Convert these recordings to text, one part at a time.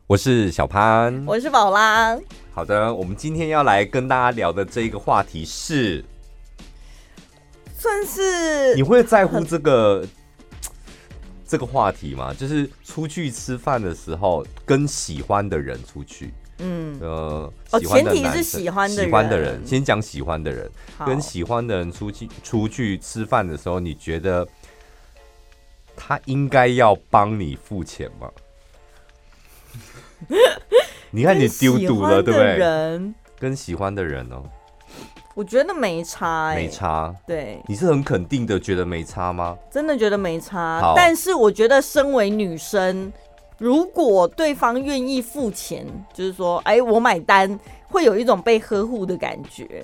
我是小潘， 我是宝拉。 好的，我们今天要来跟大家聊的这个话题是， 算是你会在乎这个话题吗？就是出去吃饭的时候，跟喜欢的人出去，喜欢的前提是喜欢的人，先讲喜欢的人，跟喜欢的人出去吃饭的时候，你觉得他应该要帮你付钱吗？你看你丢赌了，对不对？跟喜欢的人哦， 我觉得没差没差。 对， 你是很肯定的觉得没差吗？ 真的觉得没差。但是我觉得身为女生，如果对方愿意付钱，就是说，我买单，会有一种被呵护的感觉。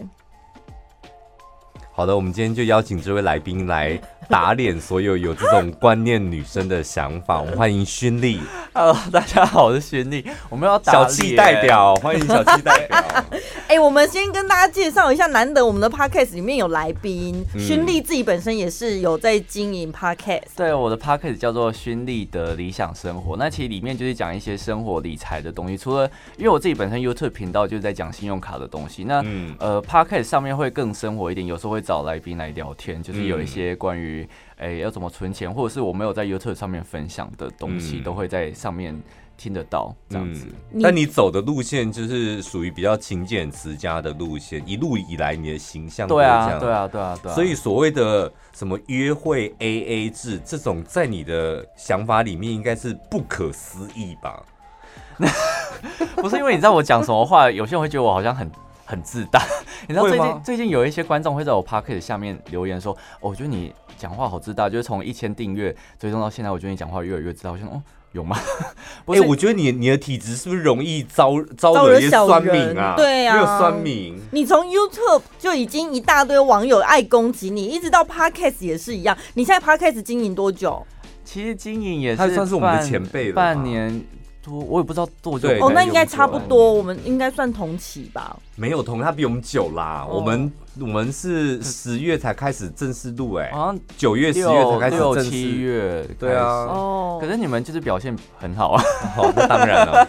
好的，我们今天就邀请这位来宾来打脸所有这种观念女生的想法。我们欢迎勋丽。 Hello， 大家好，我是勋丽。我们要打小气代表，欢迎小气代表。 我们先跟大家介绍一下，难得我们的 podcast 里面有来宾，勋丽自己本身也是有在经营 podcast。 对，我的 podcast 叫做勋丽的理想生活。那其实里面就是讲一些生活理财的东西。除了因为我自己本身 YouTube 频道就是在讲信用卡的东西，那podcast 上面会更生活一点，有时候会找来宾来聊天，就是有一些关于要怎么存钱，或者是我没有在 YouTube 上面分享的东西，都会在上面听得到这样子。 但你走的路线就是属于比较勤俭持家的路线，一路以来你的形象都这样。 对啊。 所以所谓的什么约会 AA 制这种，在你的想法里面应该是不可思议吧？ 不是，因为你知道我讲什么话，有些人会觉得我好像很自大。你知道最近有一些观众会在我 podcast 下面留言说，我觉得你讲话好自大，就是从1000订阅追踪到现在，我觉得你讲话越来越自大。我想有吗？ 我觉得你的体质是不是容易招惹一些酸民啊？ 对啊， 没有酸民。你从 YouTube 就已经一大堆网友爱攻击你，一直到 Podcast 也是一样。你现在 Podcast 经营多久？ 其实经营也是他算是我们的前辈了， 半年多，我也不知道多久。 那应该差不多，我们应该算同期吧？ 没有同，他比我们久啦。我们是10月才开始正式录， 好像 9月、10月才开始正式。 6、7月， 对啊。 可是你们就是表现很好啊。 那当然了。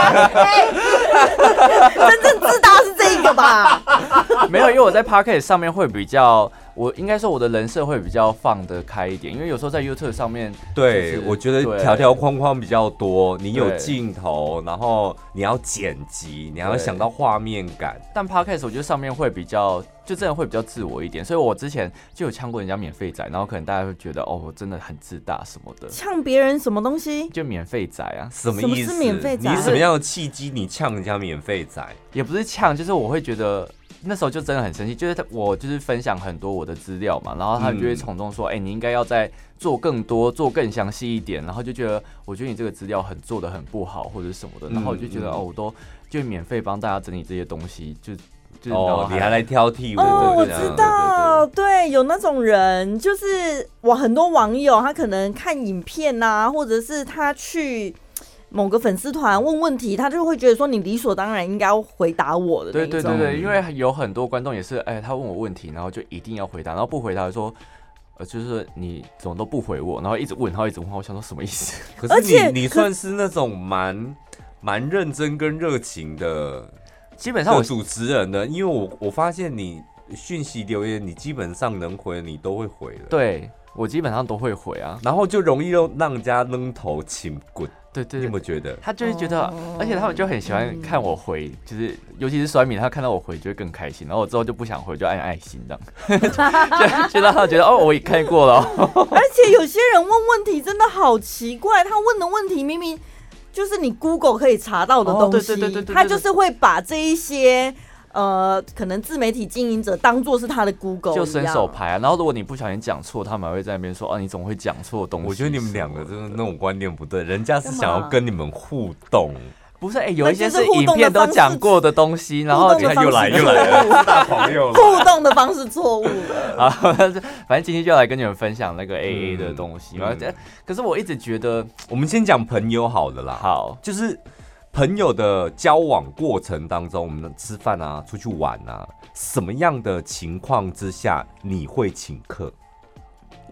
真正自大是这个吧？ 没有，因为我在 Podcast 上面会比较，我应该说我的人设会比较放得开一点，因为有时候在 YouTube 上面， 对，我觉得条条框框比较多，你有镜头，然后你要剪辑，你还要想到画面感。 但 Podcast 我觉得上面会比较，就真的会比较自我一点，所以我之前就有呛过人家免费仔，然后可能大家会觉得我真的很自大什么的。 呛别人什么东西？ 就免费仔啊？ 什么意思？ 什么是免费仔？ 你什么样的契机你呛人家免费仔？ 也不是呛，就是我会觉得。那时候就真的很生气，就是我就是分享很多我的资料嘛，然后他们就会从中说，你应该要再做更多，做更详细一点，然后就觉得，我觉得你这个资料做得很不好或者什么的，然后我就觉得我都就免费帮大家整理这些东西，就你还来挑剔我？ 我知道，对，有那种人，就是很多网友他可能看影片啊，或者是他去某个粉丝团问问题，他就会觉得说你理所当然应该要回答我的那种。 对，因为有很多观众也是，他问我问题，然后就一定要回答，然后不回答说，就是你怎么都不回我，然后一直问，我想说什么意思？ 可是你算是那种蛮认真跟热情的， 基本上我主持人的，因为我发现你讯息留言，你基本上能回你都会回的。 对，我基本上都会回啊， 然后就容易让人家扔头请滚。 对， 你有没有觉得？ 他就会觉得，而且他们就很喜欢看我回，就是尤其是酸民，他看到我回就会更开心，然后我之后就不想回，就按爱心这样，就让他觉得我也看过了。 而且有些人问问题真的好奇怪，他问的问题明明就是你 Google 可以查到的东西，他就是会把这一些。可能自媒体经营者当作是他的 Google 就伸手牌啊，然后如果你不小心讲错，他们还会在那边说你怎么会讲错东西？ 我觉得你们两个真的那种观念不对，人家是想要跟你们互动。 不是有一些是影片都讲过的东西，然后你看又来了，大朋友互动的方式错误了。 反正今天就来跟你们分享那个 AA 的东西嘛。可是我一直觉得， 我们先讲朋友好了啦。 好， 就是朋友的交往过程当中，我们吃饭啊、出去玩啊，什么样的情况之下你会请客？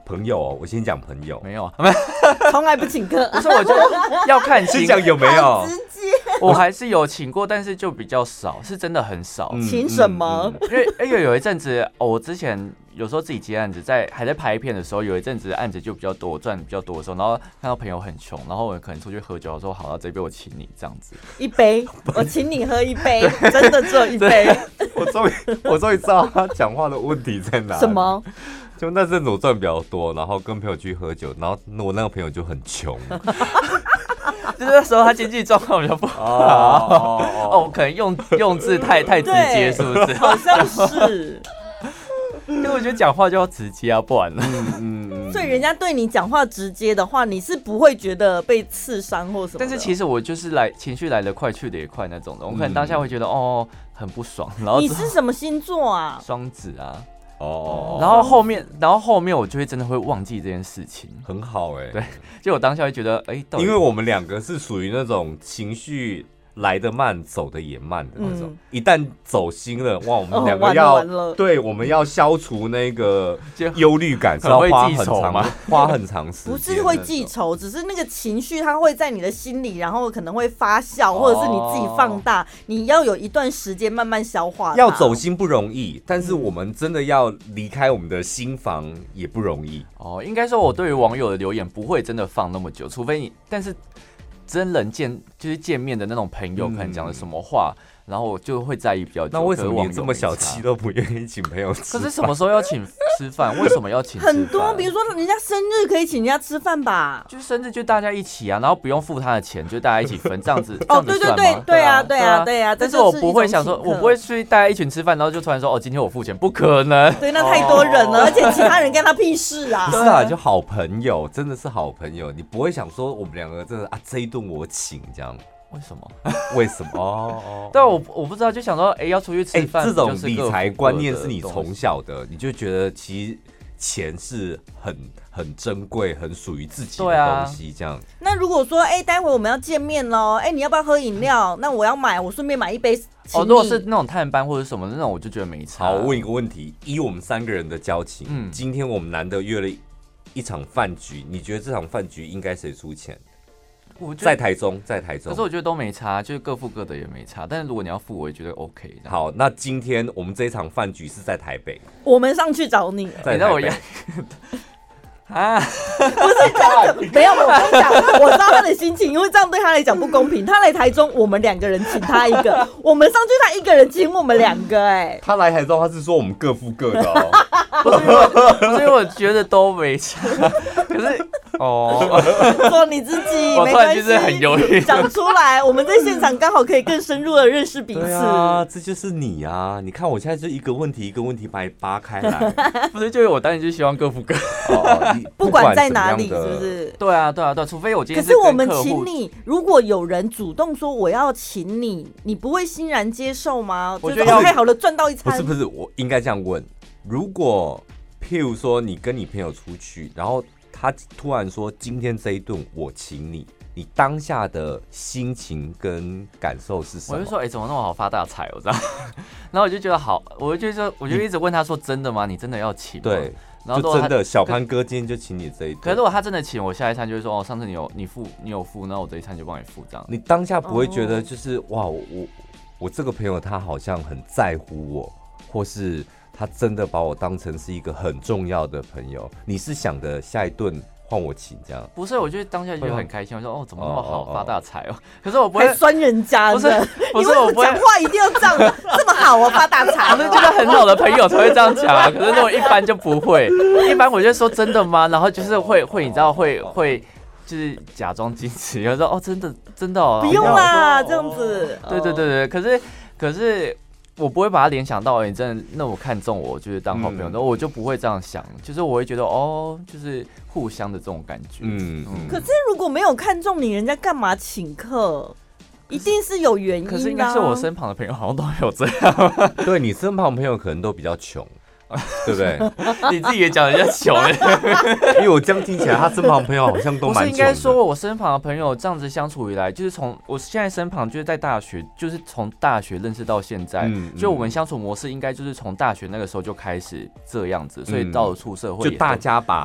朋友，我先讲朋友， 没有啊， 从来不请客。 不是，我觉得要看先讲有没有。 直接我还是有请过，但是就比较少，是真的很少。 请什么？ 因为有一阵子，我之前有时候自己接案子，还在拍片的时候，有一阵子案子就比较多，赚比较多的时候，然后看到朋友很穷，然后我可能出去喝酒，我说好，那这杯我请你这样子， 一杯，我请你喝一杯，真的只有一杯。 我终于知道他讲话的问题在哪里。 什么？ 就那阵子我赚比较多，然后跟朋友去喝酒，然后我那个朋友就很穷。 就是那时候他经济状况比较不好，我可能用字太直接，是不是？ 好像是。 因为我觉得讲话就要直接啊，不然呢。 所以人家对你讲话直接的话，你是不会觉得被刺伤或什么的。 但是其实我就是情绪来得快去得也快那种的，我可能当下会觉得很不爽。然后你是什么星座啊？ 双子啊。然后后面我就会真的会忘记这件事情。 很好对，就我当下会觉得因为我们两个是属于那种情绪来得慢，走得也慢的那种。一旦走心了，哇，我们两个我们要消除那个忧虑感，是要花很长时间。 不是会记仇，只是那个情绪它会在你的心里，然后可能会发酵，或者是你自己放大，你要有一段时间慢慢消化。 要走心不容易，但是我们真的要离开我们的心房也不容易。 应该说我对于网友的留言不会真的放那么久，除非但是真人见面的那种朋友，可能讲了什么话，然后我就会在意比较久。 那为什么你这么小气都不愿意请朋友吃饭？ 可是什么时候要请吃饭？为什么要请吃饭？ 很多，比如说人家生日可以请人家吃饭吧？ 就是生日就大家一起啊，然后不用付他的钱，就大家一起分，这样子。 对啊。 但是我不会想说，我不会去大家一群吃饭，然后就突然说今天我付钱，不可能。 对，那太多人了，而且其他人干他屁事啊！ 不是啊，就好朋友，真的是好朋友，你不会想说我们两个真的这一顿我请这样。 为什么？ 为什么？ 对，我不知道，就想说，要出去吃饭， 这种理财观念是你从小的，你就觉得其实钱是很珍贵、很属于自己的东西，这样。 那如果说，待会我们要见面咯，你要不要喝饮料？那我要买，我顺便买一杯。 如果是那种探班或者什么那种，我就觉得没差。 好，我问一个问题：以我们3个人的交情，今天我们难得约了一场饭局，你觉得这场饭局应该谁出钱？在台中。可是我觉得都没差，就是各付各的也没差。但是如果你要付，我也觉得 OK。 好，那今天我们这一场饭局是在台北， 我们上去找你。 在台北不是这样子，没有，我跟你讲，我知道他的心情，因为这样对他来讲不公平。他来台中，我们2个人请他一个，我们上去他一个人请我们2个。 他来台中，他是说我们各付各的哦。 所以我觉得都没差。可是做你自己， 我突然就是很犹豫， 讲出来，我们在现场刚好可以更深入的认识彼此。对啊，这就是你啊！你看我现在就一个问题把你扒开来。 不是，就是我当然就希望各付各。 不管在哪里，是不是？ 对啊，除非我今天可是我们请你，如果有人主动说我要请你，你不会欣然接受吗？ 我觉得太好了，赚到一餐。 不是，我应该这样问：如果譬如说你跟你朋友出去，然后他突然说今天这一顿我请你，你当下的心情跟感受是什么？ 我就说怎么那么好发大财，我知道。然后我就觉得好，我就一直问他说真的吗？你真的要请吗？ 对。然后就真的，小潘哥今天就请你这一顿。 可是如果他真的请我，下一餐就会说上次你有付，那我这一餐就帮你付这样。 你当下不会觉得就是哇，我这个朋友他好像很在乎我，或是他真的把我当成是一个很重要的朋友？你是想的下一顿换我请这样？ 不是，我觉得当下就很开心，我说怎么那么好发大财哦？可是我不会还酸人家， 不是我不会讲话一定要这样，这么好发大财， 我是觉得很好的朋友才会这样讲啊。可是如果一般就不会，一般我就说真的吗？然后就是会你知道会就是假装矜持，有时候真的不用啦，这样子。 对，可是。我不会把它联想到你真的那么看重我，就是当好朋友，我就不会这样想，就是我会觉得就是互相的这种感觉。 可是如果没有看中你，人家干嘛请客？一定是有原因的。 可是应该是我身旁的朋友好像都有这样。 对，你身旁的朋友可能都比较穷。对不对？ 你自己也讲人家穷， 因为我这样听起来，他身旁的朋友好像都蛮穷的。 不是应该说，我身旁的朋友这样子相处以来，就是从我现在身旁就是在大学，就是从大学认识到现在，就我们相处模式应该就是从大学那个时候就开始这样子，所以到了出社会， 就大家把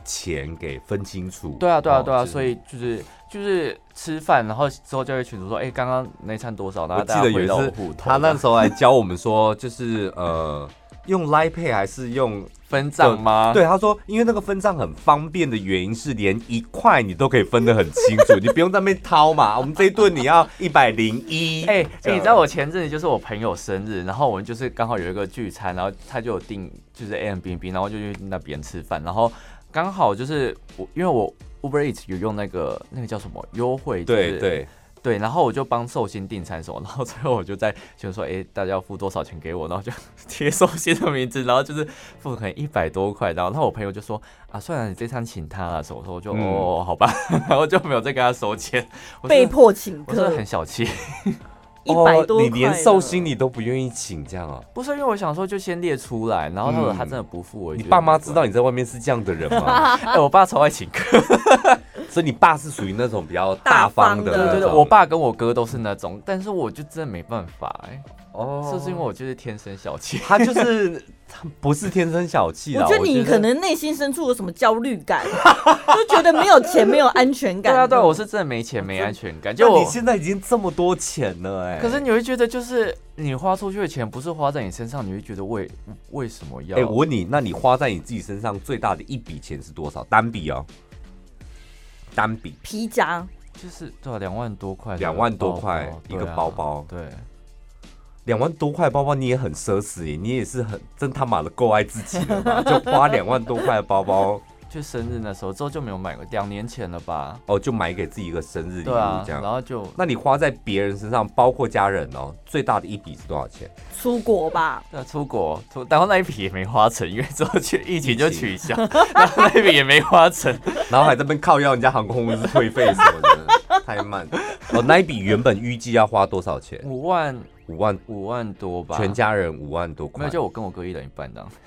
钱给分清楚。 对啊，所以就是吃饭，然后之后就会群组说，刚刚那餐多少？然后大家回到互动。 他那时候还教我们说，就是用 Line Pay 还是用分账吗？ 对，他说，因为那个分账很方便的原因是，连1块你都可以分得很清楚，你不用在那边掏嘛。我们这一顿你要101。 你知道我前阵子就是我朋友生日，然后我们就是刚好有一个聚餐，然后他就有订就是 Airbnb， 然后就去那边吃饭，然后刚好就是因为我 Uber Eats 有用那个叫什么优惠，对，然后我就帮寿星订餐什么，然后最后我就说，大家要付多少钱给我，然后就贴寿星的名字，然后就是付可能100多块，然后我朋友就说算了，你这餐请他了什么，我就好吧，然后就没有再跟他收钱， 被迫请客， 我是很小气。 100多块， 你连寿星你都不愿意请这样啊？ 不是，因为我想说就先列出来，然后如果他真的不付我， 你爸妈知道你在外面是这样的人吗？ 我爸超爱请客。 所以你爸是属于那种比较大方的， 对，我爸跟我哥都是那种，但是我就真的没办法是不是因为我就是天生小气？ 他不是天生小气啦， 我觉得你可能内心深处有什么焦虑感，就觉得没有钱没有安全感。 对，我是真的没钱没安全感。 就你现在已经这么多钱了可是你会觉得就是你花出去的钱不是花在你身上，你会觉得为什么要？ 我问你，那你花在你自己身上最大的一笔钱是多少？单笔单笔皮夹就是2万多块 ，2万多块一个包包， 对 ，2万多块包包你也很奢侈耶，你也是真他妈的够爱自己了吧？就花2万多块的包包， 就生日那时候之后就没有买过，2年前了吧？ 就买给自己一个生日礼物这样， 然后就那你花在别人身上，包括家人最大的一笔是多少钱？ 出国吧？ 对，出国，然后那一笔也没花成，因为之后疫情就取消，然后那一笔也没花成， 然后还在那边靠腰人家航空公司退费什么的，太慢。那一笔原本预计要花多少钱？5万多吧，全家人5万多块， 没有，就我跟我哥一人一半这样。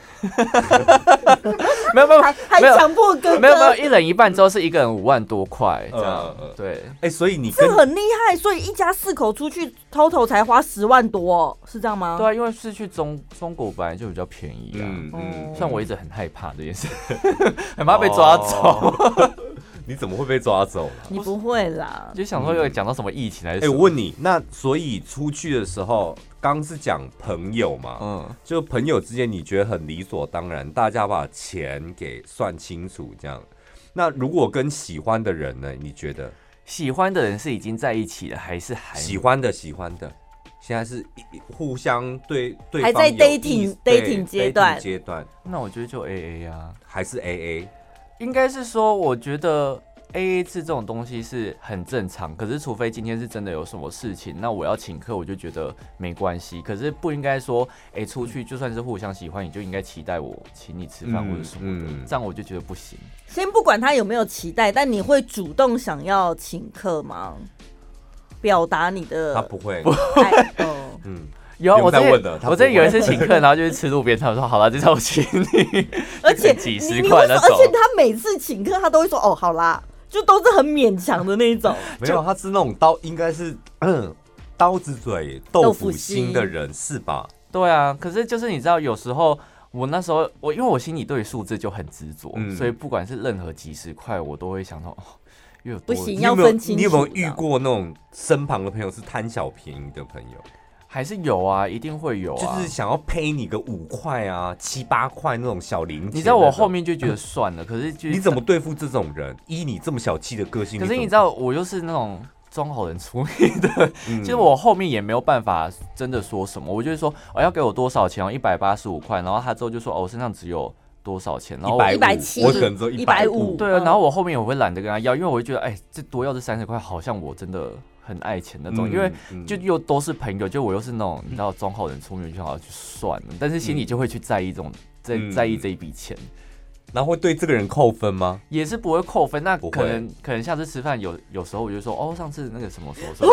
没有，还强迫哥哥， 没有，一人一半之后是一个人5万多块这样。对， 所以你这很厉害，所以一家4口出去 total 才花10万多，是这样吗？ 对啊，因为是去中国本来就比较便宜虽然我一直很害怕这件事，很怕被抓走。 你怎么会被抓走？ 你不会啦， 就想说有讲到什么疫情还是？ 我问你，那所以出去的时候，刚是讲朋友嘛，就朋友之间，你觉得很理所当然，大家把钱给算清楚这样。那如果跟喜欢的人呢？你觉得喜欢的人是已经在一起了，还是喜欢的？现在是互相对方还在 dating 阶段， 那我觉得就 AA 啊， 还是 AA？ 应该是说，我觉得 AA 制这种东西是很正常，可是除非今天是真的有什么事情，那我要请客，我就觉得没关系。可是不应该说，出去就算是互相喜欢，你就应该期待我请你吃饭或者什么的，这样我就觉得不行。 先不管他有没有期待，但你会主动想要请客吗？表达你的他不会， 有我之前有一次请客，然后就是吃路边摊，我说好了，这次我请你， 而且几十块那种。 而且他每次请客，他都会说好啦，就都是很勉强的那种。 没有，他是那种应该是刀子嘴豆腐心的人是吧？ 对啊，可是就是你知道，有时候我那时候因为我心里对数字就很执着，所以不管是任何几十块，我都会想到不行，要分清楚。 你有没有遇过那种身旁的朋友是贪小便宜的朋友？ 还是有啊，一定会有啊， 就是想要赔你个5块啊、7、8块那种小零钱。 你知道我后面就觉得算了，可是你怎么对付这种人？依你这么小气的个性， 可是你知道我又是那种装好人出力的，其实我后面也没有办法真的说什么，我就是说要给我多少钱185块，然后他之后就说我身上只有多少钱，然后 170， 我可能只有150， 对啊，然后我后面我会懒得跟他要，因为我会觉得这多要这30块，好像我真的很爱钱那种，因为就又都是朋友，就我又是那种你知道装好人出面就好，就算了，但是心里就会去在意在意这一笔钱， 然后会对这个人扣分吗？ 也是不会扣分，那可能下次吃饭有时候我就说上次那个什么时候。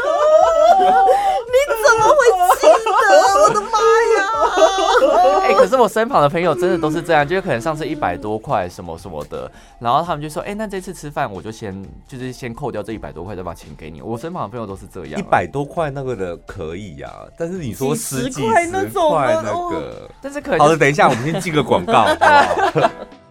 你怎么会记得？我的妈呀！ 可是是我身旁的朋友真的都是这样，就是可能上次100多块什么什么的，然后他们就说，那这次吃饭我就先扣掉这100多块，再把钱给你。我身旁的朋友都是这样。 100多块那个的可以啊，但是你说10几块那种那个， 但是可能好的，等一下我们先进个广告，好不好？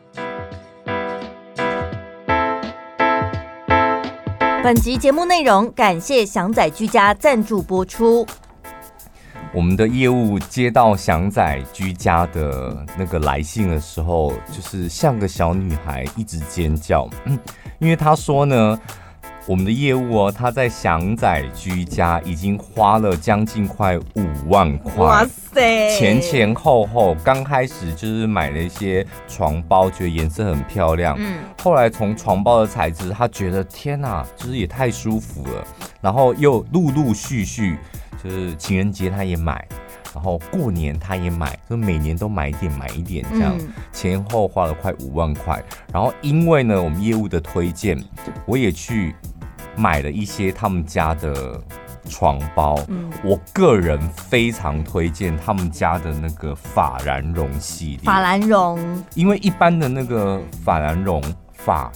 本集节目内容感谢祥仔居家赞助播出。 我们的业务接到祥仔居家的那个来信的时候，就是像个小女孩一直尖叫，因为他说呢，我们的业务他在祥仔居家已经花了将近快5万块， 哇塞！ 前后刚开始就是买了一些床包，觉得颜色很漂亮，后来从床包的材质，他觉得天哪，就是也太舒服了，然后又陆续。就是情人节他也买，然后过年他也买，就每年都买一点这样，前后花了快5万块。然后因为呢我们业务的推荐，我也去买了一些他们家的床包，我个人非常推荐他们家的那个法兰绒系列。 法兰绒， 因为一般的那个法兰绒，好，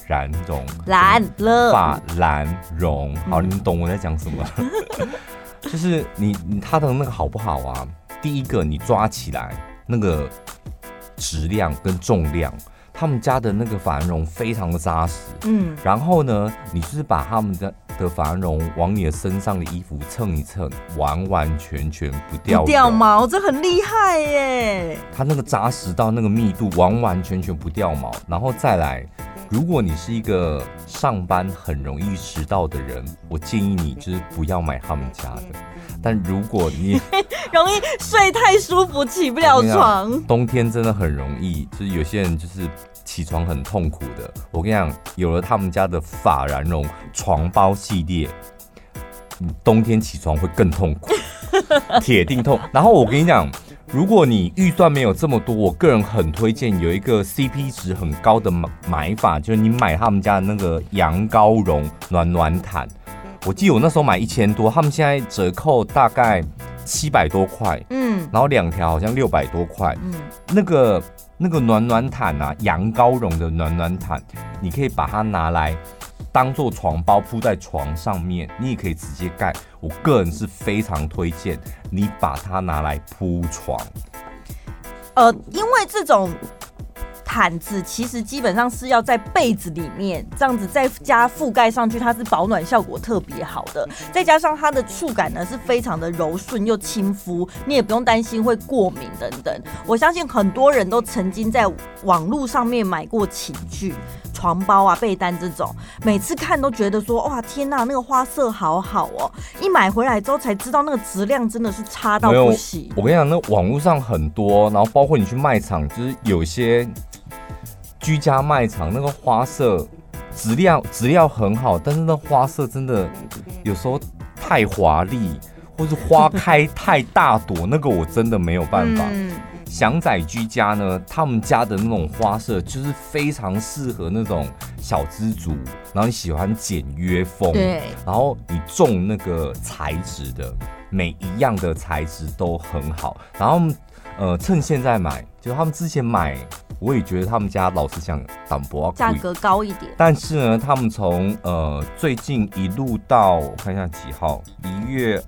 你们懂我在讲什么？就是它的那个好不好啊？第一个，你抓起来那个质量跟重量，他们家的那个法兰绒非常的扎实。然后呢，你就是把他们的法兰绒往你的身上的衣服蹭一蹭，完全不掉毛，这很厉害耶！ 它那个扎实到那个密度，完全不掉毛。然后再来，如果你是一个上班很容易迟到的人，我建议你就是不要买他们家的。但如果你容易睡太舒服起不了床， 冬天真的很容易，就是有些人就是起床很痛苦的。我跟你讲，有了他们家的法兰绒床包系列，你冬天起床会更痛苦，铁定痛。然后我跟你讲，如果你预算没有这么多，我个人很推荐有一个 CP 值很高的买法，就是你买他们家的那个羊羔绒暖毯。我记得我那时候买1000多，他们现在折扣大概700多块，然后2条好像600多块，那个暖毯啊，羊羔绒的暖毯，你可以把它拿来当做床包铺在床上面，你也可以直接盖。我个人是非常推荐你把它拿来铺床。 因为这种毯子其实基本上是要在被子里面这样子再加覆盖上去，它是保暖效果特别好的，再加上它的触感呢是非常的柔顺又亲肤，你也不用担心会过敏等等。我相信很多人都曾经在网络上面买过寝具、床包啊、被单这种，每次看都觉得说哇天哪，那个花色好好哦，一买回来之后才知道那个质量真的是差到不行。 我跟你讲，那网络上很多，然后包括你去卖场，就是有些居家卖场那个花色质料很好，但是那花色真的有时候太华丽，或是花开太大朵，那个我真的没有办法。祥仔居家呢，他们家的那种花色就是非常适合那种小资族，然后你喜欢简约风，对，然后你重那个材质的，每一样的材质都很好，然后趁现在买，就他们之前买，我也觉得他们家老实讲淡薄价格高一点， 但是呢，他们从最近一路到我看一下几号，1月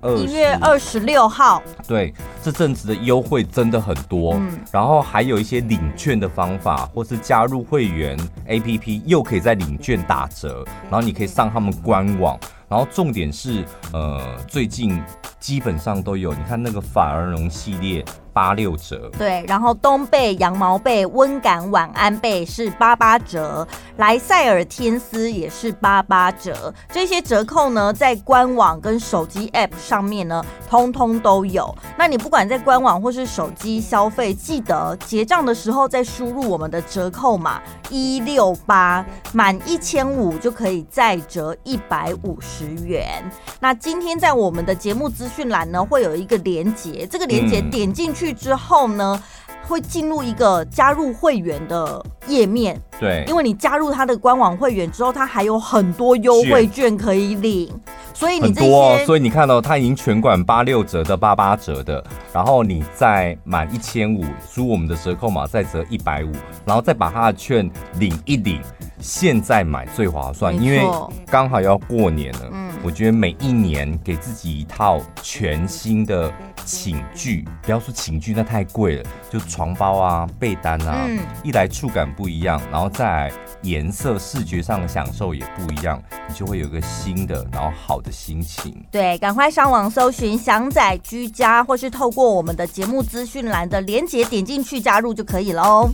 26号， 对，这阵子的优惠真的很多，然后还有一些领券的方法，或是加入会员 APP 又可以在领券打折，然后你可以上他们官网，然后重点是最近基本上都有，你看那个法兰绒系列86折， 对，然后冬被、羊毛被、温感晚安被是88折，莱赛尔天丝也是88折，这些折扣呢，在官网跟手机 App 上面呢，通通都有。那你不管在官网或是手机消费，记得结账的时候再输入我们的折扣码168，满1500就可以再折150元。那今天在我们的节目资讯栏呢，会有一个连结，这个连结点进去之后呢， 会进入一个加入会员的页面。 对， 因为你加入他的官网会员之后，他还有很多优惠券可以领，所以你这些， 所以你看到他已经全馆86折的、88折的，然后你再满1500，输我们的折扣码再折150，然后再把他的券领一领，现在买最划算，因为刚好要过年了。我觉得每一年给自己一套全新的寝具，不要说寝具那太贵了，就床包啊、被单啊，一来触感不一样，然后再来颜色、视觉上的享受也不一样，你就会有一个新的然后好的心情。 对，赶快上网搜寻祥仔居家，或是透过我们的节目资讯栏的连结点进去加入就可以了哦。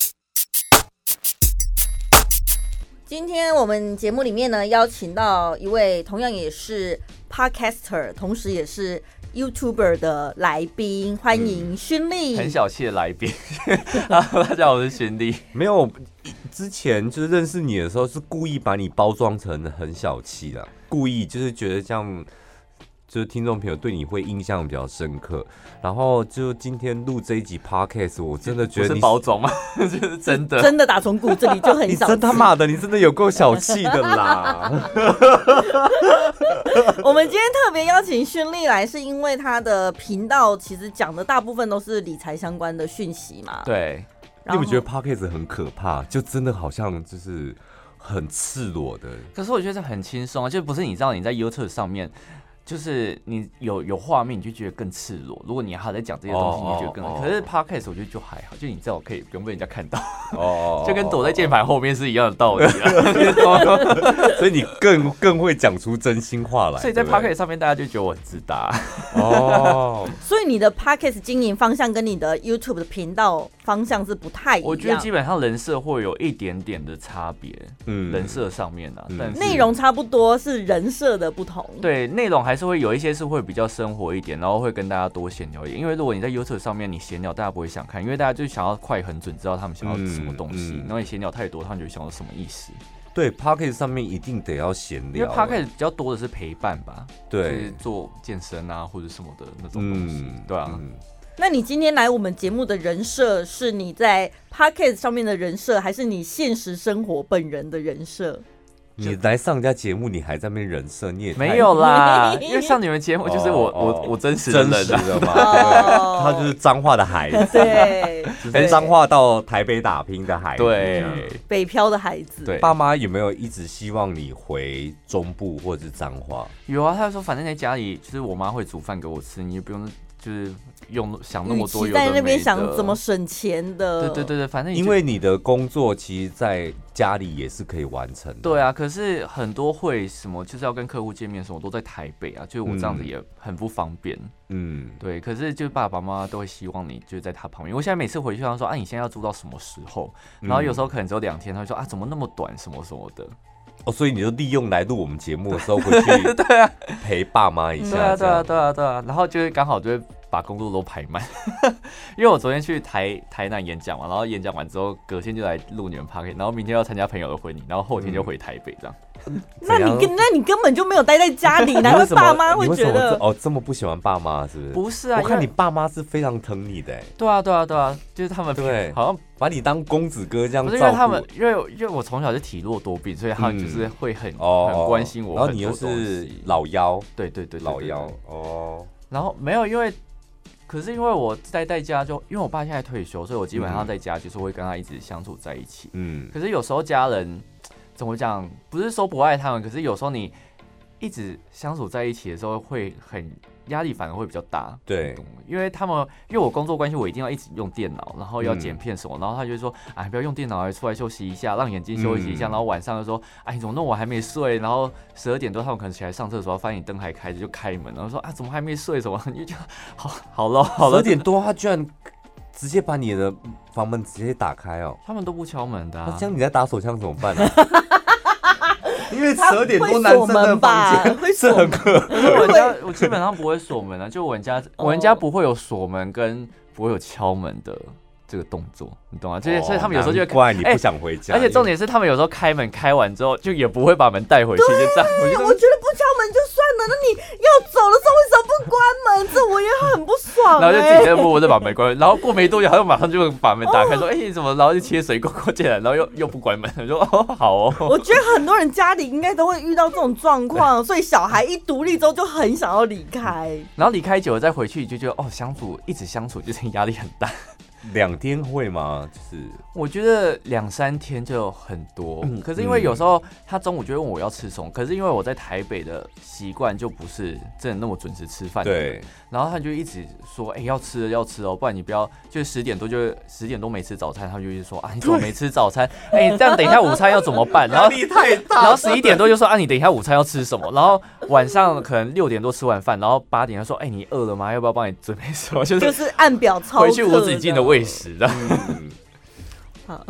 今天我们节目里面呢，邀请到一位同样也是 Podcaster， 同时也是 YouTuber 的来宾，欢迎勋丽。 很小气的来宾大家好，我是勋丽。 没有，之前就是认识你的时候，是故意把你包装成很小气的，故意就是觉得这样。就是听众朋友对你会印象比较深刻，然后就今天录这一集 podcast， 我真的觉得你不是包装吗？就是真的， 真的打从骨子里就很小气。 你真他妈的，你真的有够小气的啦！ 我们今天特别邀请勋丽来，是因为他的频道其实讲的大部分都是理财相关的讯息嘛。 对， 你有没有觉得 podcast 很可怕？就真的好像就是很赤裸的。 可是我觉得很轻松啊，就不是你知道你在 YouTube 上面。就是你有画面，你就觉得更赤裸。如果你还在讲这些东西，你就觉得更。可是 Podcast 我觉得就还好，就你知道可以不用被人家看到，就跟躲在键盘后面是一样的道理啊。 所以你更会讲出真心话来。 所以在 Podcast 上面，大家就觉得我很自大。 所以你的 Podcast 经营方向跟你的 YouTube 的频道方向是不太一样。 我觉得基本上人设会有一点点的差别，人设上面啊，但是内容差不多，是人设的不同。 对，内容还是会有一些是会比较生活一点，然后会跟大家多闲聊一点。因为如果你在 YouTube 上面你闲聊，大家不会想看，因为大家就想要快很准知道他们想要什么东西，然后你闲聊太多，他们就想要什么意思。 对 Podcast 上面一定得要闲聊， 因为 Podcast 比较多的是陪伴吧， 对， 就是做健身啊或者什么的那种东西，对啊。 那你今天来我们节目的人设是你在 Podcast 上面的人设，还是你现实生活本人的人设？ 你来上人家节目，你还在那边人设，你也没有啦，因为上你们节目就是我真实的人的嘛，他就是彰化的孩子， 对， 从彰化到台北打拼的孩子， 对， 北漂的孩子。 对， 爸妈有没有一直希望你回中部或者是彰化？ 有啊，他说反正在家里，就是我妈会煮饭给我吃，你也不用就是想那么多有的没的， 在那边想怎么省钱的。 对，反正因为你的工作其实在家里也是可以完成的。 对啊，可是很多会什么就是要跟客户见面什么都在台北啊，就是我这样子也很不方便。对，可是就爸爸妈妈都会希望你就在他旁边。我现在每次回去，他说啊，你现在要住到什么时候？然后有时候可能只有2天，他会说啊，怎么那么短什么什么的。 所以你就利用来录我们节目的时候回去对啊陪爸妈一下。 对啊，然后就是刚好就会把工作都排满，因为我昨天去台南演讲嘛，然后演讲完之后隔天就来录你们 Podcast， 然后明天要参加朋友的婚礼，然后后天就回台北这样。 那你根本就没有待在家里，难怪爸妈会觉得这么不喜欢爸妈是不是？ 不是啊， 我看你爸妈是非常疼你的。 对啊，就是他们对， 好像把你当公子哥这样照顾。 因为他们因为我从小就体弱多病，所以他们就是会很关心我。 然后你又是老幺， 对， 老幺然后没有可是因为我在家因为我爸现在退休，所以我基本上在家就是会跟他一直相处在一起。可是有时候家人怎么讲，不是说不爱他们，可是有时候你一直相处在一起的时候会很压力，反而会比较大。 对， 因为我工作关系，我一定要一直用电脑，然后要剪片什么，然后他就说，不要用电脑，出来休息一下，让眼睛休息一下。然后晚上就说，你怎么弄？我还没睡。然后12点多，他们可能起来上厕所，发现你灯还开着，就开门，然后说怎么还没睡？什么？你就好了。 12点多，他居然直接把你的房门直接打开哦。 他们都不敲门的。 这样你在打手枪怎么办呢？因为12点多男生的房间是很可。 我基本上不会锁门啊，就我们家不会有锁门跟不会有敲门的这个动作，你懂吗？所以他们有时候就会怪你不想回家， 而且重点是他们有时候开门开完之后就也不会把门带回去，就这样。 我觉得不敲门就算了，那你要走的时候为什么不关门？这我也很不爽爽， 然后就自己在默默的把门关，然后过没多久，他就马上就把门打开，说：“哎，你怎么？”然后就切水果进来，然后又不关门，我说：“哦，好哦。” 我觉得很多人家里应该都会遇到这种状况，所以小孩一独立之后就很想要离开， 然后离开久了再回去，就觉得一直相处就是压力很大。 2天会吗？就是我觉得2-3天就很多，可是因为有时候他中午就会问我要吃什么，可是因为我在台北的习惯就不是真的那么准时吃饭的人，对，然后他就一直说，要吃哦，不然你不要就10点多没吃早餐，他就一直说你怎么没吃早餐？这样等一下午餐要怎么办？然后压力太大， 然后11点多就说你等一下午餐要吃什么？然后晚上可能6点多吃完饭，然后8点他说你饿了吗？要不要帮你准备什么？ 就是按表操课， 回去无止境的喂食的。 好，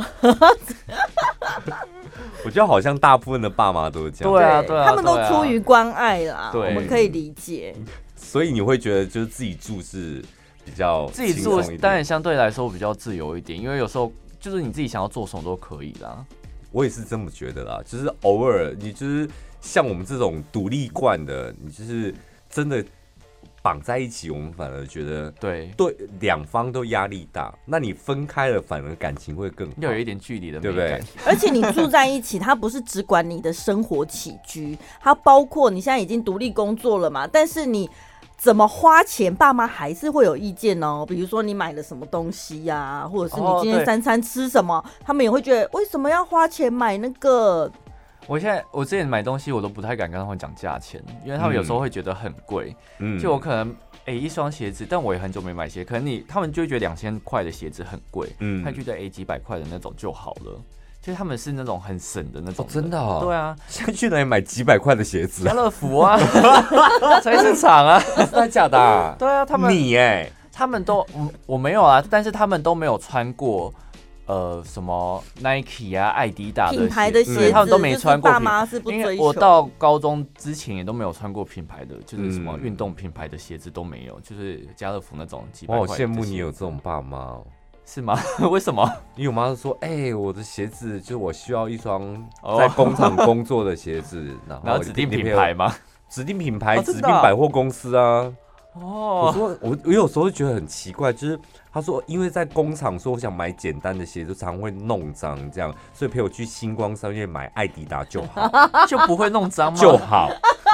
我觉得好像大部分的爸妈都是这样， 对啊， 他们都出于关爱啦， 我们可以理解。 所以你会觉得就是自己住是比较自己住，当然相对来说比较自由一点，因为有时候就是你自己想要做什么都可以啦。 我也是这么觉得啦，就是偶尔你就是像我们这种独立惯的，你就是真的绑在一起，我们反而觉得对两方都压力大。那你分开了，反而感情会更好， 又有一点距离的美感， 对不对？ 而且你住在一起，它不是只管你的生活起居，它包括你现在已经独立工作了嘛，但是你怎么花钱，爸妈还是会有意见哦。比如说你买了什么东西呀，或者是你今天3餐吃什么，他们也会觉得为什么要花钱买那个。 我之前买东西我都不太敢跟他们讲价钱，因为他们有时候会觉得很贵。就我可能一双鞋子，但我也很久没买鞋，可能他们就会觉得2000块的鞋子很贵，他觉得几百块的那种就好了。就是他们是那种很省的那种的。 真的哦？ 对啊， 现在去哪里买几百块的鞋子？ 家乐福啊，菜市场啊， 真的假的啊？ 对啊，他们他们都我没有啊，但是他们都没有穿过什么 Nike 啊、艾迪达品牌的鞋子， 他们都没穿过。 爸妈是不追求。 因为我到高中之前也都没有穿过品牌的，就是什么运动品牌的鞋子都没有，就是家乐福那种几百块。 我好羡慕你有这种爸妈哦。 是吗？为什么？ 因为我妈说，我的鞋子就是我需要一双在工厂工作的鞋子，然后指定品牌吗？ 指定品牌，指定百货公司啊。我说我有时候会觉得很奇怪，就是他说因为在工厂说我想买简单的鞋子，常会弄脏这样，所以陪我去星光商业买艾迪达就好， 就不会弄脏吗？ 就好。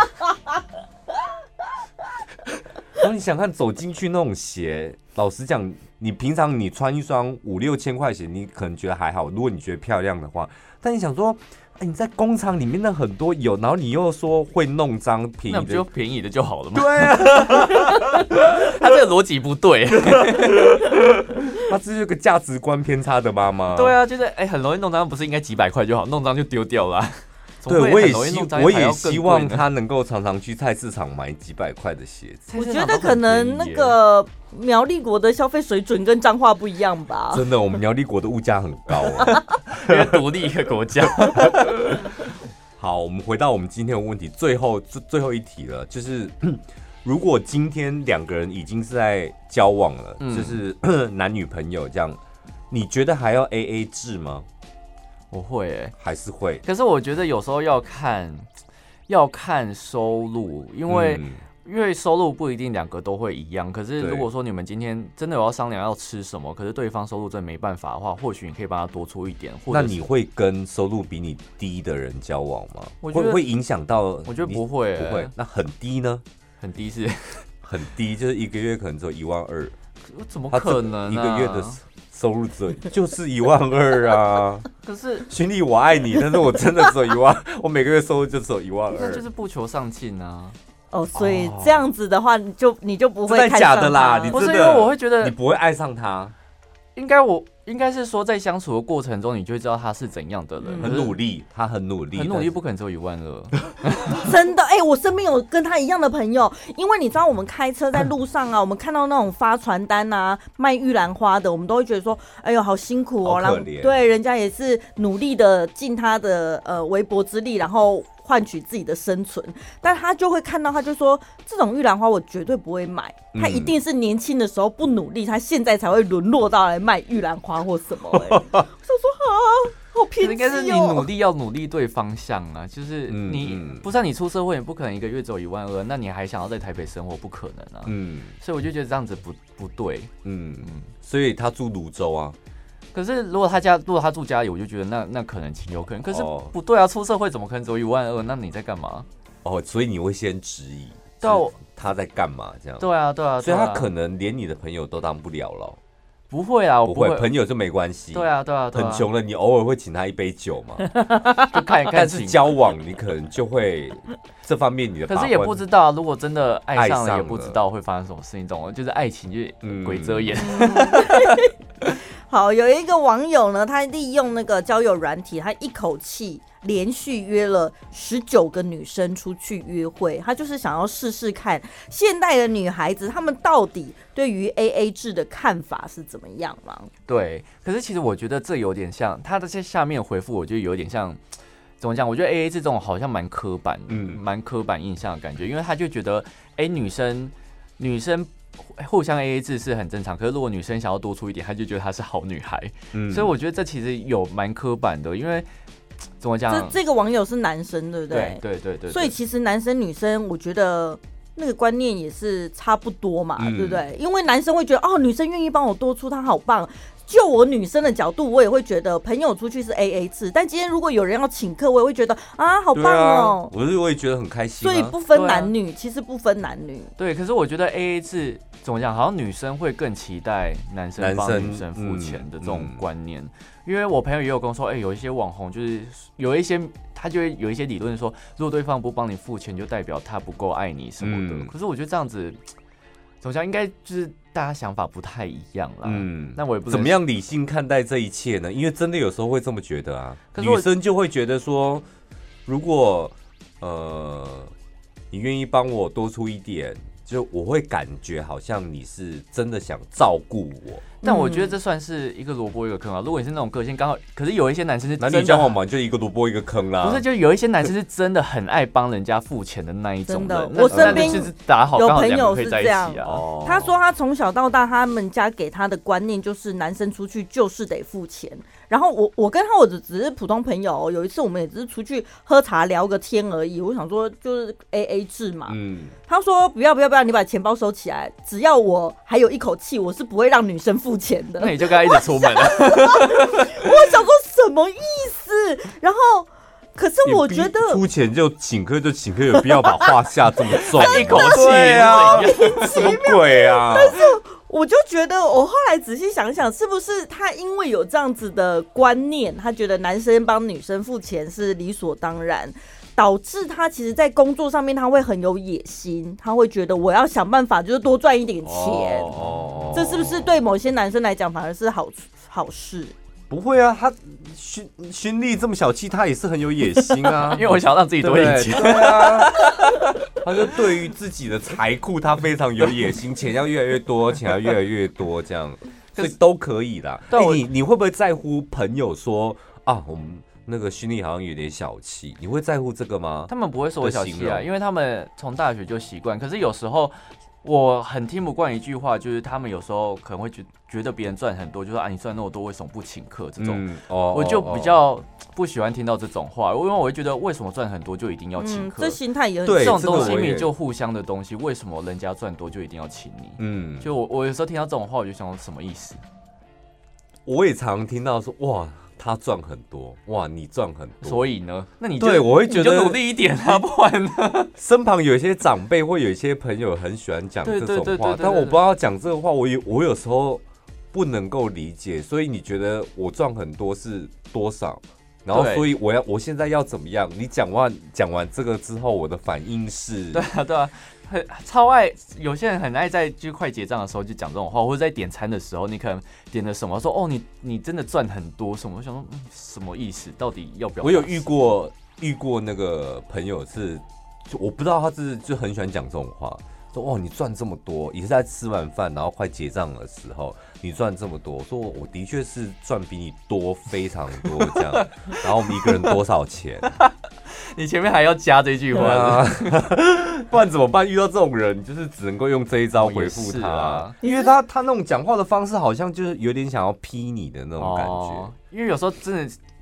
然后你想看走进去那种鞋，老实讲，你平常你穿一双5-6千块鞋，你可能觉得还好，如果你觉得漂亮的话，但你想说，你在工厂里面的很多有，然后你又说会弄脏便宜的， 那不就便宜的就好了吗？ 对啊， 他这个逻辑不对， 他这是个价值观偏差的妈妈。 对啊，就是很容易弄脏，不是应该几百块就好，弄脏就丢掉了。 对，我也希望他能够常常去菜市场买几百块的鞋子。 我觉得可能那个苗栗国的消费水准跟彰化不一样吧。 真的，我们苗栗国的物价很高啊， 一个独立一个国家。 好，我们回到我们今天的问题，最后一题了，就是如果今天2个人已经是在交往了，就是男女朋友这样，你觉得还要 AA 制吗？ 我会还是会， 可是我觉得有时候要看收入，因为收入不一定2个都会一样。可是如果说你们今天真的有要商量要吃什么，可是对方收入真的没办法的话，或许你可以帮他多出一点。 那你会跟收入比你低的人交往吗？我觉得会影响到？ 我觉得不会， 不会。那很低呢？ 很低是很低，就是一个月可能只有12000。 怎么可能一个月的收入就是12000啊！ 可是勋弟，我爱你，但是我真的只有10000，我每个月收入就只有12000。 那就是不求上进啊！ 所以这样子的话，你就不会看上他。 真的假的啦？你不是因为我会觉得你不会爱上他。 应该是说，在相处的过程中，你就会知道他是怎样的人。 很努力，他很努力， 不可能只有12000。 真的，我身边有跟他一样的朋友，因为你知道，我们开车在路上啊，我们看到那种发传单啊、卖玉兰花的，我们都会觉得说，哎呦，好辛苦哦。然后对，人家也是努力的尽他的微薄之力，然后换取自己的生存，但他就会看到，他就说这种玉兰花我绝对不会买，他一定是年轻的时候不努力，他现在才会沦落到来卖玉兰花或什么。我想说好偏激哦。 应该是你要努力对方向啊，就是你不然你出社会，你不可能一个月走12000，那你还想要在台北生活，不可能啊。所以我就觉得这样子不对。 所以他住泸州啊。 可是如果他住家里，我就觉得那可能情有可原。可是不对啊，出社会怎么可能走12000？那你在干嘛？ 所以你会先质疑， 对啊， 他在干嘛这样？ 对啊， 所以他可能连你的朋友都当不了了。 不会啊，我不会，朋友就没关系。 对啊， 很穷了，你偶尔会请他一杯酒嘛， 就看一看。 但是交往你可能就会这方面你的把关， 可是也不知道，如果真的爱上了，也不知道会发生什么事情，懂吗？就是爱情就是鬼遮眼。 好，有一个网友呢，他利用那个交友软体，他一口气连续约了19个女生出去约会，他就是想要试试看现代的女孩子她们到底对于 AA 制的看法是怎么样嘛？ 对，可是其实我觉得这有点像他的下面回复，我觉得有点像怎么讲？我觉得 AA 制这种好像蛮刻板，蛮刻板印象的感觉，因为他就觉得，女生互相 AA 制是很正常，可是如果女生想要多出一点，她就觉得她是好女孩，所以我觉得这其实有蛮刻板的，因为怎么讲？ 这个网友是男生，对不对？ 对。 所以其实男生女生，我觉得那个观念也是差不多嘛，对不对？因为男生会觉得女生愿意帮我多出，她好棒。就我女生的角度，我也会觉得朋友出去是 AA 制，但今天如果有人要请客，我也会觉得好棒哦。 我也觉得很开心。 所以不分男女，其实不分男女。 对，可是我觉得 AA 制怎么讲，好像女生会更期待男生帮女生付钱的这种观念。因为我朋友也有跟我说，有一些网红就是有一些他就会有一些理论说，如果对方不帮你付钱，就代表他不够爱你什么的。可是我觉得这样子怎么讲，应该就是大家想法不太一样啦。那我也不怎么样理性看待这一切呢？因为真的有时候会这么觉得啊，女生就会觉得说，如果你愿意帮我多出一点，就我会感觉好像你是真的想照顾我。 但我觉得这算是一个萝卜一个坑啊。如果你是那种个性刚好，可是有一些男生是男女交往嘛，就一个萝卜一个坑啦。 不是，就有一些男生是真的很爱帮人家付钱的那一种人。 我身边有朋友是这样，他说他从小到大，他们家给他的观念就是男生出去就是得付钱。然后我跟他只是普通朋友，有一次我们也只是出去喝茶聊个天而已。我想说就是 AA 制嘛，他说不要，你把钱包收起来，只要我还有一口气，我是不会让女生付钱的。 那你就跟他一起出门了。 我想说什么意思？然后可是我觉得出钱就请客，有必要把话下这么重？ 一口气啊，什么鬼啊？ 但是我就觉得，我后来仔细想想，是不是他因为有这样子的观念，他觉得男生帮女生付钱是理所当然，导致他其实在工作上面他会很有野心，他会觉得我要想办法就是多赚一点钱。这是不是对某些男生来讲反而是好事？ 不会啊，他勋丽这么小气，他也是很有野心啊。 因为我想要让自己多一点钱。 对啊，他就对于自己的财库，他非常有野心，钱要越来越多，钱要越来越多，这样，所以都可以啦。你会不会在乎朋友说我们那个勋丽好像有点小气？你会在乎这个吗？ 他们不会说我小气啊，因为他们从大学就习惯。可是有时候我很听不惯一句话，就是他们有时候可能会觉得别人赚很多，就说你赚那么多，为什么不请客？这种，我就比较不喜欢听到这种话，因为我会觉得为什么赚很多就一定要请客？ 这心态也很对，这种东西明明就互相的东西，为什么人家赚多就一定要请你？就我有时候听到这种话，我就想说什么意思？ 我也常听到说哇。他赚很多，哇！你赚很多， 所以呢？那你对我会觉得你就努力一点啊，不然呢？ 身旁有一些长辈或有一些朋友很喜欢讲这种话，但我不知道讲这个话，我有时候不能够理解。所以你觉得我赚很多是多少？然后所以我现在要怎么样？你讲完这个之后，我的反应是？ 对啊。超爱，有些人很爱在就快结账的时候就讲这种话，或者在点餐的时候，你可能点了什么，说你真的赚很多什么，我想说什么意思？到底要表达？ 我有遇过那个朋友是，我不知道他是就很喜欢讲这种话，说你赚这么多，也是在吃完饭然后快结账的时候，你赚这么多，我说我的确是赚比你多非常多这样，然后我们一个人多少钱？ 你前面还要加这句话， 不然怎么办？遇到这种人，你就是只能够用这一招回复他，因为他那种讲话的方式，好像就是有点想要劈你的那种感觉。 因为有时候真的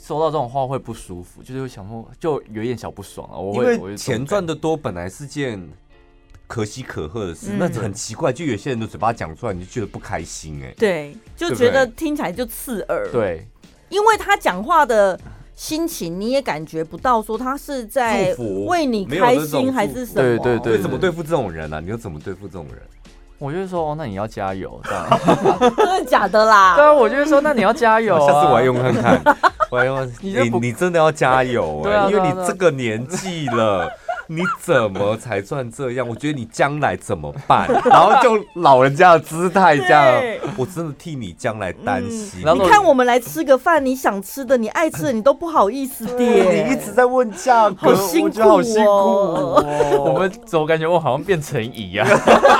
收到这种话会不舒服，就是会想说就有一点小不爽啊。 因为钱赚得多本来是件可喜可贺的事，那很奇怪，就有些人的嘴巴讲出来，你就觉得不开心对，就觉得听起来就刺耳。 对， 因为他讲话的心情你也感觉不到，说他是在为你开心还是什么？ 对， 怎么对付这种人啊？你又怎么对付这种人？ 我就说那你要加油，这样真的假的啦？ 对啊，我就说那你要加油啊， 下次我来用看看，我来用，你真的要加油因为你这个年纪了。你怎么才算这样？我觉得你将来怎么办？然后就老人家的姿态这样，我真的替你将来担心。 你看我们来吃个饭，你想吃的、你爱吃的，你都不好意思点。 你一直在问价格， 好辛苦哦。 我们怎么感觉我好像变陈怡啊？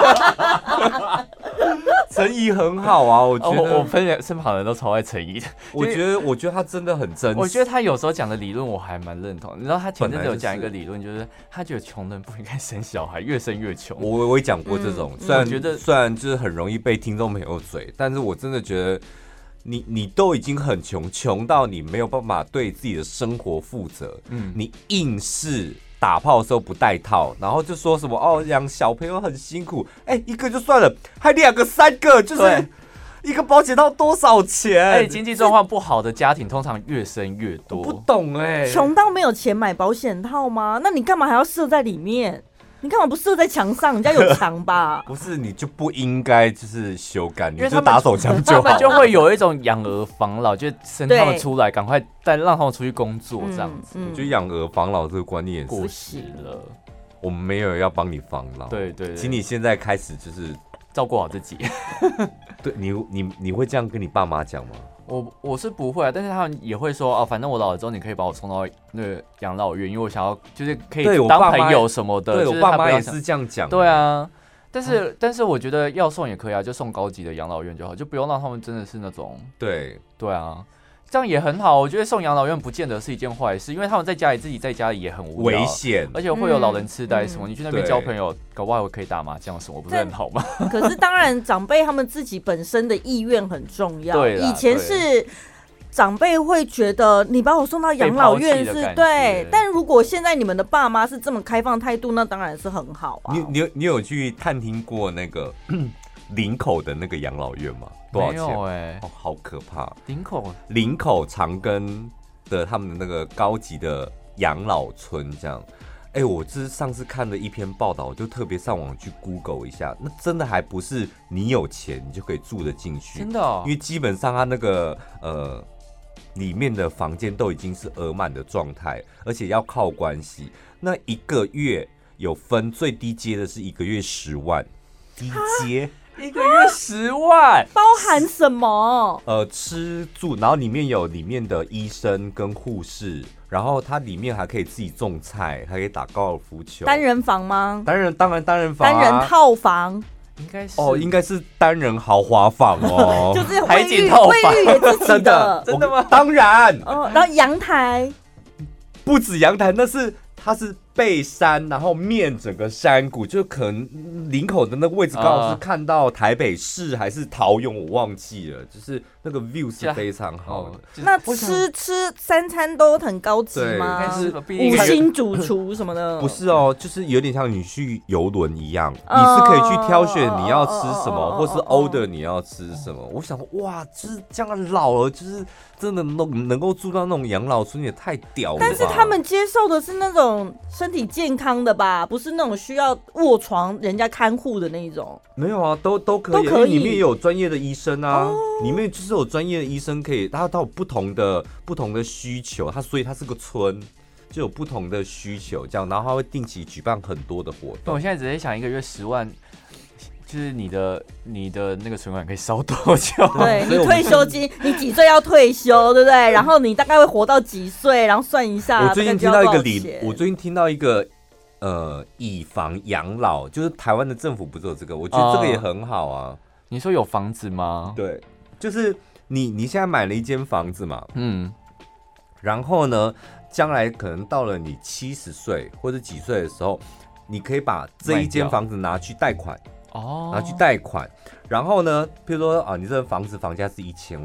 陈怡很好啊，我觉得我身旁的人都超爱陈怡的。 我觉得他真的很真实。 我觉得他有时候讲的理论我还蛮认同。你知道他前阵子有讲一个理论，就是他觉得穷人不应该生小孩，越生越穷。 我也讲过这种，虽然就是很容易被听众朋友嘴，但是我真的觉得你都已经很穷到你没有办法对自己的生活负责，你硬是打炮的时候不带套，然后就说什么养小朋友很辛苦，一个就算了，还2个3个，就是一个保险套多少钱？ 经济状况不好的家庭通常越生越多。 我不懂穷到没有钱买保险套吗？那你干嘛还要射在里面？你干嘛不射在墙上？人家有墙吧？ 不是，你就不应该就是修改，你就打手枪就好。 他们就会有一种养儿防老，就生他们出来，赶快再让他们出去工作这样子。 我觉得养儿防老这个观念也过时了。 我们没有要帮你防老， 对， 请你现在开始就是照顾好自己。 对，你会这样跟你爸妈讲吗？ 我是不会啊，但是他们也会说反正我老了之后，你可以把我送到那个养老院，因为我想要就是可以当朋友什么的。 对，我爸妈也是这样讲。 对啊，但是我觉得要送也可以啊，就送高级的养老院就好，就不用让他们真的是那种。对啊。这样也很好，我觉得送养老院不见得是一件坏事，因为他们自己在家里也很无聊， 危险， 而且会有老人痴呆什么。你去那边交朋友，搞不好可以打麻将什么，不是很好吗？ 可是当然，长辈他们自己本身的意愿很重要。以前是长辈会觉得你把我送到养老院是对，但如果现在你们的爸妈是这么开放态度，那当然是很好啊。 你有去探听过那个林口的那个养老院吗？多少钱？好可怕！林口长庚的他们的那个高级的养老村这样。我这是上次看了一篇报道，我就特别上网去 Google 一下，那真的还不是你有钱你就可以住得进去， 真的因为基本上它那个里面的房间都已经是额满的状态，而且要靠关系。那一个月有分最低阶的是1个月10万，低阶。 1个月10万， 包含什么？ 吃住，然后里面的医生跟护士，然后它里面还可以自己种菜，还可以打高尔夫球。 单人房吗？ 当然单人房、 单人套房。 应该是单人豪华房哦， 就是海景套房， 卫浴也自己的， 真的吗？ 当然。 然后阳台， 不止阳台，它是背山，然后面整个山谷，就可能林口的那个位置刚好是看到台北市还是桃园，我忘记了，就是那个 view 是非常好的。 那吃3餐都很高级吗？5星主厨什么的？ 不是就是有点像你去游轮一样，你是可以去挑选你要吃什么，或是 order 你要吃什么。我想说，哇，就是这样老了，就是真的能够住到那种养老村也太屌了吧。 但是他们接受的是那种身体健康的吧，不是那种需要卧床人家看护的那种。 没有啊，都可以，因为里面也有专业的医生啊，里面就是有专业的医生可以，他有不同的需求，所以它是个村，就有不同的需求这样，然后他会定期举办很多的活动。 我现在只在想，1个月10万。就是你的那个存款可以烧多久？ 对，你退休金，你几岁要退休，对不对？然后你大概会活到几岁？然后算一下。 我最近听到一个以房养老，就是台湾的政府不是有这个？我觉得这个也很好啊。 你说有房子吗？ 对，就是你现在买了一间房子嘛，然后呢，将来可能到了你70岁或者几岁的时候，你可以把这一间房子拿去贷款。拿去贷款，然后呢，譬如说你这个房子房价是1000万，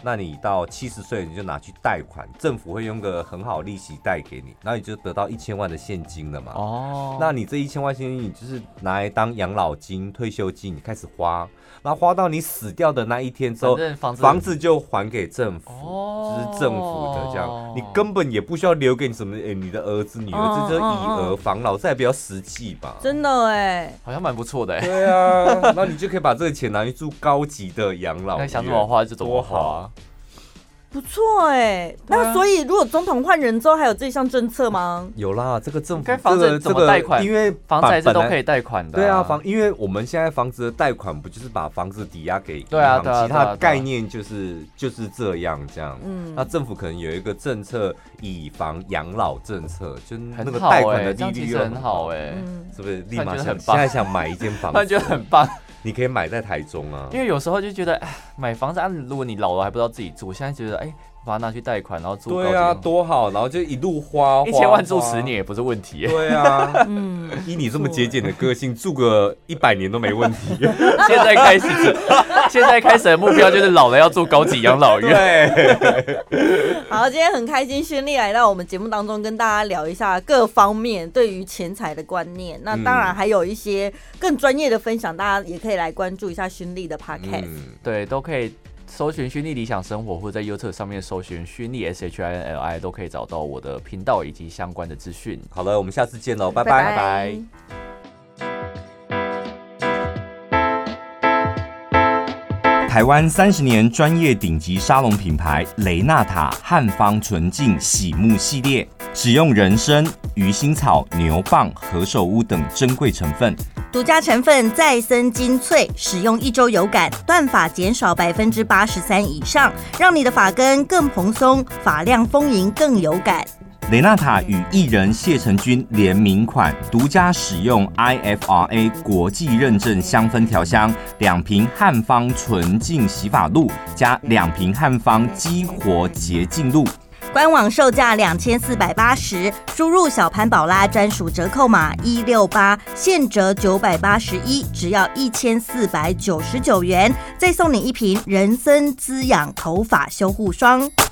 那你到70岁你就拿去贷款，政府会用个很好利息贷给你，然后你就得到1000万的现金了嘛。哦，那你这1000万现金，你就是拿来当养老金、退休金，你开始花，然后花到你死掉的那一天之后，房子就还给政府，就是政府的这样，你根本也不需要留给你什么，你的儿子、女儿，这就是以儿防老，这还比较实际吧？ 真的哎， 好像蛮不错的哎。 对啊，那你就可以把这个钱拿去住高级的养老院， 想怎么花就怎么花。 不错哎，那所以如果总统换人之后，还有这项政策吗？ 有啦，这个政府房子怎么贷款？ 因为房子还是都可以贷款的。 对啊，因为我们现在房子的贷款不就是把房子抵押给银行？其他概念就是这样。那政府可能有一个政策，以房养老政策，就那个贷款的利率很好哎， 是不是？立马现在想买一间房子， 他觉得很棒。 你可以买在台中啊， 因为有时候就觉得买房子如果你老了还不知道自己住，现在觉得把它拿去贷款，然后住高级。 对啊，多好，然后就一路花 ，1000万住10年也不是问题。 对啊，依你这么节俭的个性，住个100年都没问题。 现在开始的目标就是老了要住高级养老院。 对，好，今天很开心，勋丽来到我们节目当中，跟大家聊一下各方面对于钱财的观念。那当然还有一些更专业的分享，大家也可以来关注一下勋丽的 podcast。 对，都可以搜寻勋丽理想生活，或者在 YouTube 上面搜寻勋丽 SHINLI， 都可以找到我的频道以及相关的资讯。 好了，我们下次见喽，拜拜拜。 台湾30年专业顶级沙龙品牌雷纳塔汉方纯净洗沐系列，使用人参、鱼腥草、牛蒡、何首乌等珍贵成分， 独家成分再生精粹，使用1周有感，断发减少83%以上，让你的发根更蓬松，发量丰盈更有感。 雷纳塔与艺人谢承君联名款，独家使用 IFRA 国际认证香氛调香，2瓶汉方纯净洗发露加2瓶汉方激活洁净露。 官网售价2480，输入小潘宝拉专属折扣码168，现折981，只要1499元，再送你1瓶人参滋养头发修护霜。